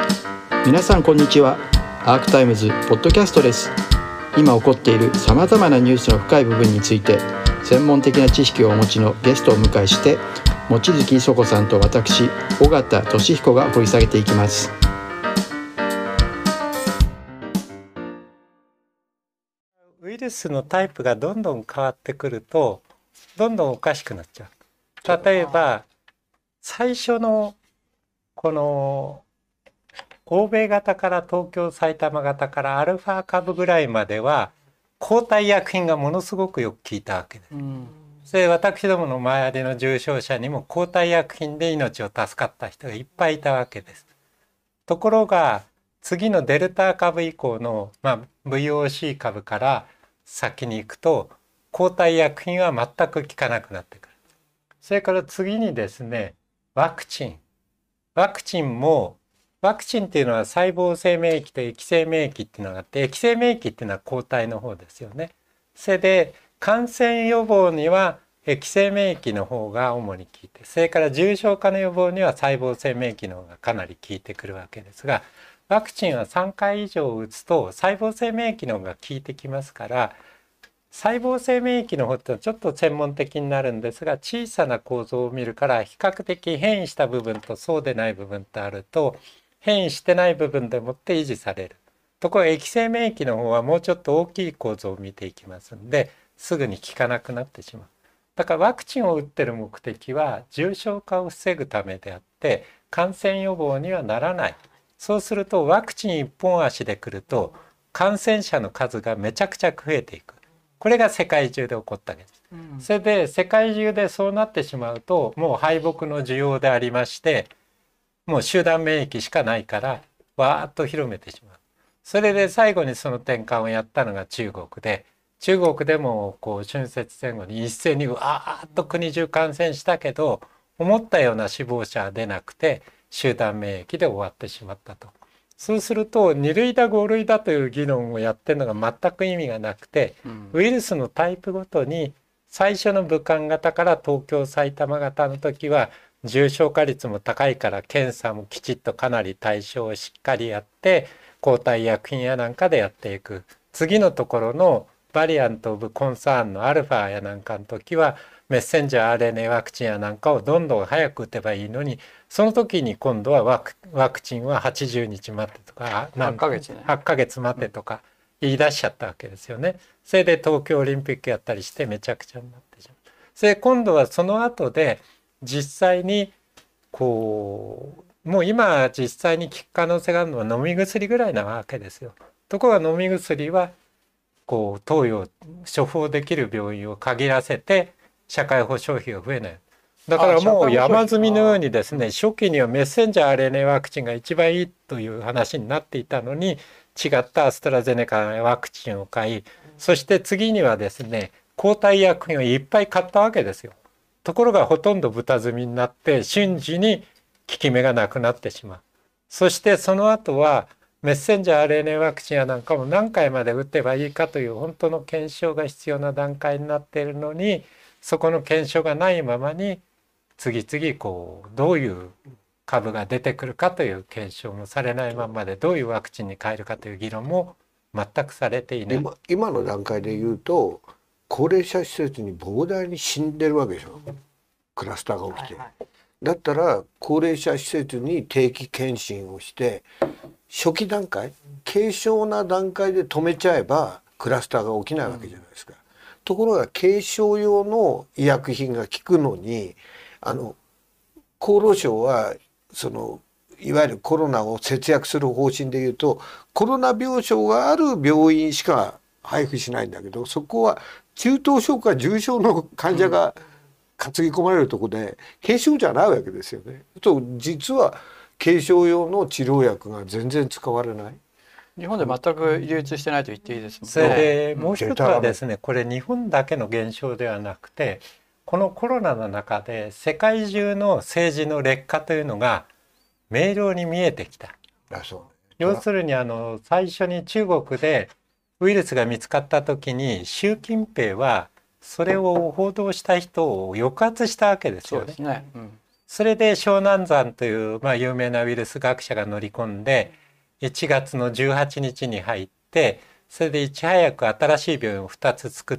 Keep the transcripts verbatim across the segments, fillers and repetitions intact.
皆さんこんにちは。アークタイムズポッドキャストです。今起こっているさまざまなニュースの深い部分について専門的な知識をお持ちのゲストをお迎えして望月磯子さんと私尾形俊彦が掘り下げていきます。 ウイルスのタイプがどんどん変わってくるとどんどんおかしくなっちゃう。例えば最初のこの欧米型から東京埼玉型からアルファ株ぐらいまでは抗体薬品がものすごくよく効いたわけです。うん、それで私どもの周りの重症者にも抗体薬品で命を助かった人がいっぱいいたわけです。ところが次のデルタ株以降の、まあ、ブイオーシー 株から先に行くと抗体薬品は全く効かなくなってくる。それから次にですね、ワクチンワクチンもワクチンっていうのは細胞性免疫と液性免疫っていうのがあって、液性免疫っていうのは抗体の方ですよね。それで感染予防には液性免疫の方が主に効いて、それから重症化の予防には細胞性免疫の方がかなり効いてくるわけですが、ワクチンはさんかい以上打つと細胞性免疫の方が効いてきますから、細胞性免疫の方ってちょっと専門的になるんですが、小さな構造を見るから比較的変異した部分とそうでない部分とあると、変異してない部分でもって維持される。ところが液性免疫の方はもうちょっと大きい構造を見ていきますんですぐに効かなくなってしまう。だからワクチンを打ってる目的は重症化を防ぐためであって感染予防にはならない。そうするとワクチン一本足で来ると感染者の数がめちゃくちゃ増えていく。これが世界中で起こったわけです。うん、それで世界中でそうなってしまうともう敗北の需要でありましてもう集団免疫しかないからわーっと広めてしまう。それで最後にその転換をやったのが中国で、中国でもこう春節前後に一斉にわーっと国中感染したけど思ったような死亡者は出なくて集団免疫で終わってしまったと。そうするとに類だご類だという議論をやってるのが全く意味がなくて、うん、ウイルスのタイプごとに最初の武漢型から東京埼玉型の時は重症化率も高いから検査もきちっとかなり対象をしっかりやって抗体薬品やなんかでやっていく。次のところのバリアント・オブ・コンサーンのアルファやなんかの時はメッセンジャー アールエヌエー ワクチンやなんかをどんどん早く打てばいいのに、その時に今度はワク、ワクチンははちじゅうにち待ってとかはちかげつね、 はちかげつ待ってとか言い出しちゃったわけですよね。それで東京オリンピックやったりしてめちゃくちゃになってしまう。それで今度はその後で実際にこうもう今実際に効く可能性があるのは飲み薬ぐらいなわけですよ。ところが飲み薬はこう投与処方できる病院を限らせて社会保障費が増えない。だからもう山積みのようにですね、初期にはメッセンジャー アールエヌエー ワクチンが一番いいという話になっていたのに違ったアストラゼネカワクチンを買い、そして次にはですね抗体薬品をいっぱい買ったわけですよ。ところがほとんど豚積みになって瞬時に効き目がなくなってしまう。そしてその後はメッセンジャー アールエヌエー ワクチンやなんかも何回まで打てばいいかという本当の検証が必要な段階になっているのに、そこの検証がないままに次々こうどういう株が出てくるかという検証もされないままでどういうワクチンに変えるかという議論も全くされていない。 今、今の段階で言うと高齢者施設に膨大に死んでるわけでしょ、クラスターが起きて、はいはい、だったら高齢者施設に定期検診をして初期段階軽症な段階で止めちゃえばクラスターが起きないわけじゃないですか、うん、ところが軽症用の医薬品が効くのにあの厚労省はそのいわゆるコロナを節約する方針でいうとコロナ病床がある病院しか配布しないんだけど、そこは中等症か重症の患者が担ぎ込まれるところで軽症じゃないわけですよね。と実は軽症用の治療薬が全然使われない。 日本で全く流通してないと言っていいですもんね。 それでもう一つはですね、これ日本だけの現象ではなくてこのコロナの中で世界中の政治の劣化というのが明瞭に見えてきた。 あ、そう。 要するにあの最初に中国でウイルスが見つかった時に習近平はそれを報道した人を抑圧したわけですよね。 そうですね、うん、 それでショウナンザンという、まあ、有名なウイルス学者が乗り込んでいちがつのじゅうはちにちに入って、それでいち早く新しい病院をふたつ作って、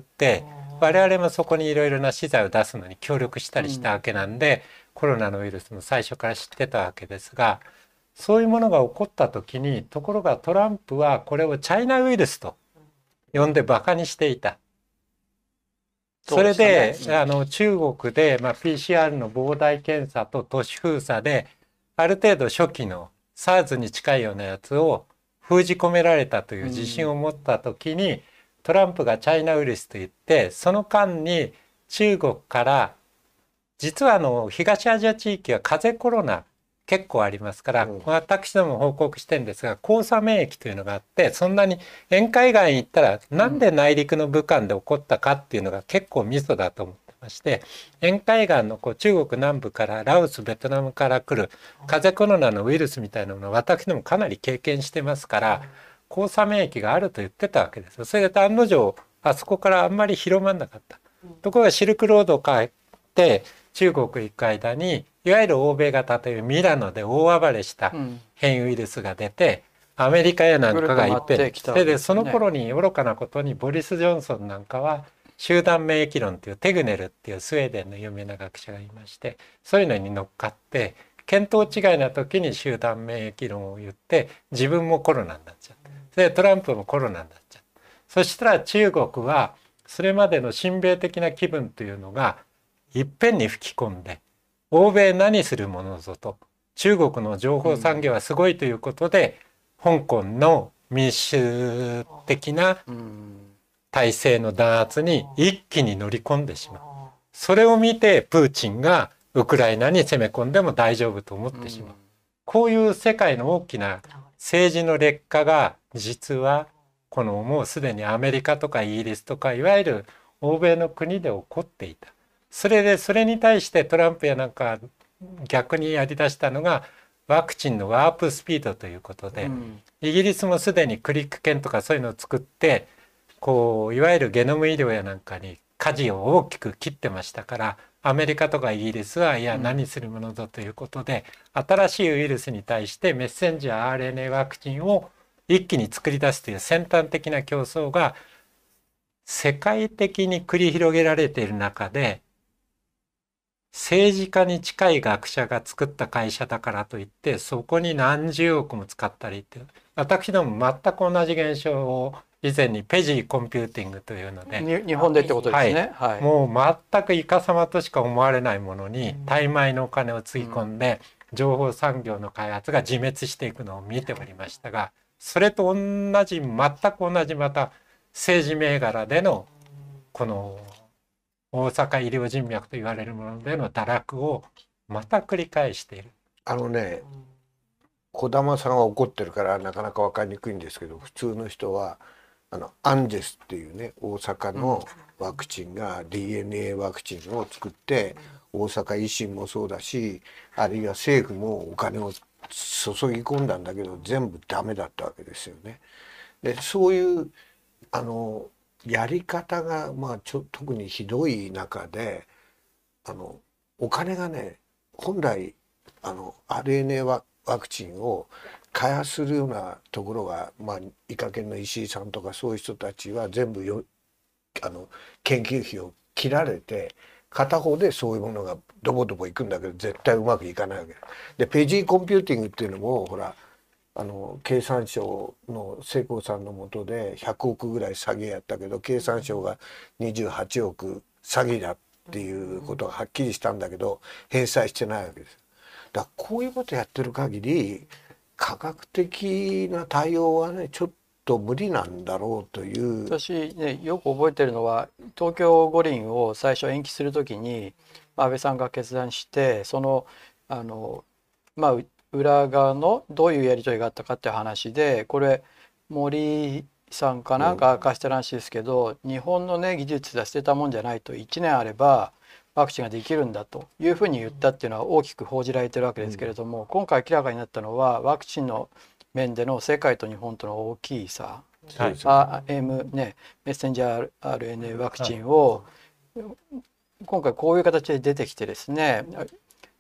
我々もそこにいろいろな資材を出すのに協力したりしたわけなんで、うん、コロナのウイルスも最初から知ってたわけですが、そういうものが起こった時に、ところがトランプはこれをチャイナウイルスと呼んでバカにしていた。それで、ね、あの中国で、まあ、ピーシーアール の膨大検査と都市封鎖である程度初期の SARS に近いようなやつを封じ込められたという自信を持った時に、うん、トランプがチャイナウイルスと言って、その間に中国から実はあの東アジア地域は風邪コロナ結構ありますから、うん、私ども報告してるんですが、交差免疫というのがあって、そんなに沿海岸に行ったらなんで内陸の武漢で起こったかっていうのが結構ミソだと思ってまして、沿海岸のこう中国南部からラオスベトナムから来る風邪コロナのウイルスみたいなものを私どもかなり経験してますから、交差免疫があると言ってたわけですよ。それで案の定あそこからあんまり広まんなかった。ところがシルクロードを帰って中国行く間に、いわゆる欧米が例えばミラノで大暴れした変異ウイルスが出て、アメリカやなんかがいっぺん、それでその頃に愚かなことにボリス・ジョンソンなんかは集団免疫論っていうテグネルっていうスウェーデンの有名な学者がいまして、そういうのに乗っかって見当違いな時に集団免疫論を言って自分もコロナになっちゃった。それでトランプもコロナになっちゃった。そしたら中国はそれまでの親米的な気分というのがいっぺんに吹き込んで、欧米何するものぞと、中国の情報産業はすごいということで、うん、香港の民主的な体制の弾圧に一気に乗り込んでしまう。それを見てプーチンがウクライナに攻め込んでも大丈夫と思ってしまう。うん、こういう世界の大きな政治の劣化が実はこのもうすでにアメリカとかイギリスとかいわゆる欧米の国で起こっていた。それでそれに対してトランプやなんか逆にやりだしたのがワクチンのワープスピードということで、うん、イギリスもすでにクリック券とかそういうのを作ってこういわゆるゲノム医療やなんかに舵を大きく切ってましたから、アメリカとかイギリスはいや何するものぞということで、うん、新しいウイルスに対してメッセンジャー アールエヌエー ワクチンを一気に作り出すという先端的な競争が世界的に繰り広げられている中で、政治家に近い学者が作った会社だからといってそこに何十億も使ったりって、私ども全く同じ現象を以前にペジーコンピューティングというので、 日本でってことですね、 はいはい、もう全くイカサマとしか思われないものに大枚のお金をつぎ込んで、うん、情報産業の開発が自滅していくのを見ておりましたが、それと同じ全く同じまた政治銘柄でのこの大阪医療人脈と言われるものでの堕落をまた繰り返している。 あのね、児玉さんは怒ってるからなかなか分かりにくいんですけど、普通の人はあのアンジェスっていうね大阪のワクチンが ディーエヌエー ワクチンを作って、大阪維新もそうだし、あるいは政府もお金を注ぎ込んだんだけど全部ダメだったわけですよね。でそういうあのやり方が、まあ、ちょ特にひどい中で、あのお金がね本来あの アールエヌエー ワ, ワクチンを開発するようなところが、まあ、医科研の石井さんとかそういう人たちは全部よあの研究費を切られて、片方でそういうものがドボドボいくんだけど絶対うまくいかないわけで、ペジーコンピューティングっていうのもほらあの経産省の世耕さんの下でひゃくおくぐらい詐欺やったけど、経産省がにじゅうはちおく詐欺だっていうことがはっきりしたんだけど返済してないわけです。だからこういうことやってる限り科学的な対応はねちょっと無理なんだろうという。 私ねよく覚えてるのは、東京五輪を最初延期するときに安倍さんが決断して、そのあのまあ裏側のどういうやり取りがあったかっていう話で、これ森さんかなが明かしたらしいですけど、日本のね技術は捨てたもんじゃないと、いちねんあればワクチンができるんだというふうに言ったっていうのは大きく報じられてるわけですけれども、今回明らかになったのはワクチンの面での世界と日本との大きい差、はい、アールエム ねメッセンジャー アールエヌエー ワクチンを今回こういう形で出てきてですね、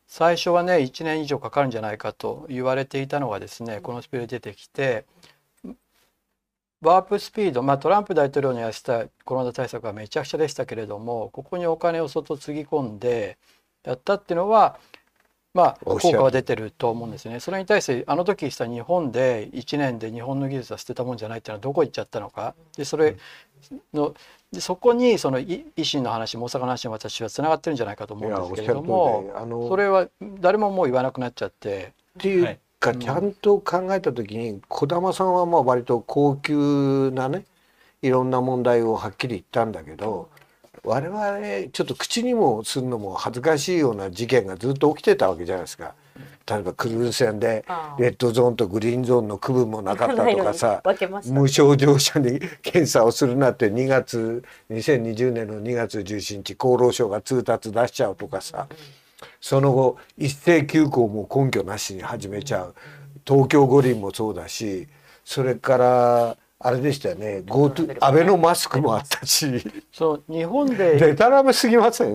最初はねいちねん以上かかるんじゃないかと言われていたのがですね、このスピードで出てきて、ワープスピード、まあ、トランプ大統領のやったコロナ対策はめちゃくちゃでしたけれども、ここにお金を相当つぎ込んでやったっていうのはまあ効果は出てると思うんですよね。それに対してあの時した日本でいちねんで日本の技術は捨てたもんじゃないっていうのはどこ行っちゃったのか。でそれのでそこにその維新の話も大阪の話も私はつながってるんじゃないかと思うんですけれども、あのそれは誰ももう言わなくなっちゃって。 っていうか、ちゃんと考えた時に児玉さんはまあ割と高級なねいろんな問題をはっきり言ったんだけど、我々ちょっと口にもするのも恥ずかしいような事件がずっと起きてたわけじゃないですか。例えばクルーズ船でレッドゾーンとグリーンゾーンの区分もなかったとかさ、無症状者に検査をするなってにがつにせんにじゅうねんのにがつじゅうしちにち厚労省が通達出しちゃうとかさ、その後一斉休校も根拠なしに始めちゃう、東京五輪もそうだし、それからあれでしたよね、 GoTo アベノマスクもあったし、 そう日本ででたらめすぎません、うん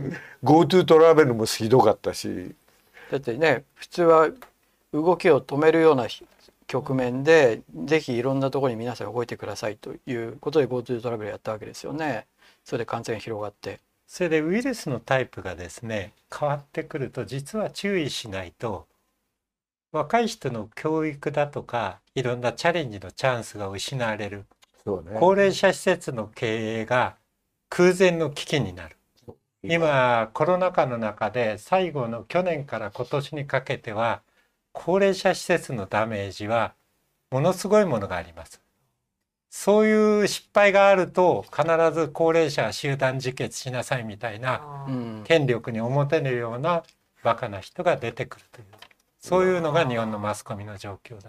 、GoTo トラベルもひどかったし。 だってね普通は動きを止めるような局面でぜひいろんなところに皆さん動いてくださいということで GoTo トラベルやったわけですよね。それで感染が広がって、 それでウイルスのタイプがですね変わってくると実は注意しないと若い人の教育だとかいろんなチャレンジのチャンスが失われる。 そうね、 高齢者施設の経営が空前の危機になる。今コロナ禍の中で最後の去年から今年にかけては高齢者施設のダメージはものすごいものがあります。そういう失敗があると必ず高齢者は集団自決しなさいみたいな権力に表れるようなバカな人が出てくるという、そういうのが日本のマスコミの状況だ。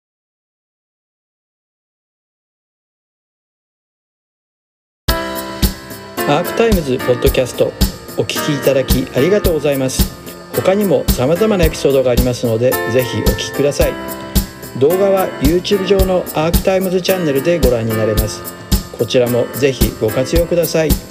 アークタイムズポッドキャストお聞きいただきありがとうございます。他にも様々なエピソードがありますのでぜひお聞きください。動画は YouTube 上のアークタイムズチャンネルでご覧になれます。こちらもぜひご活用ください。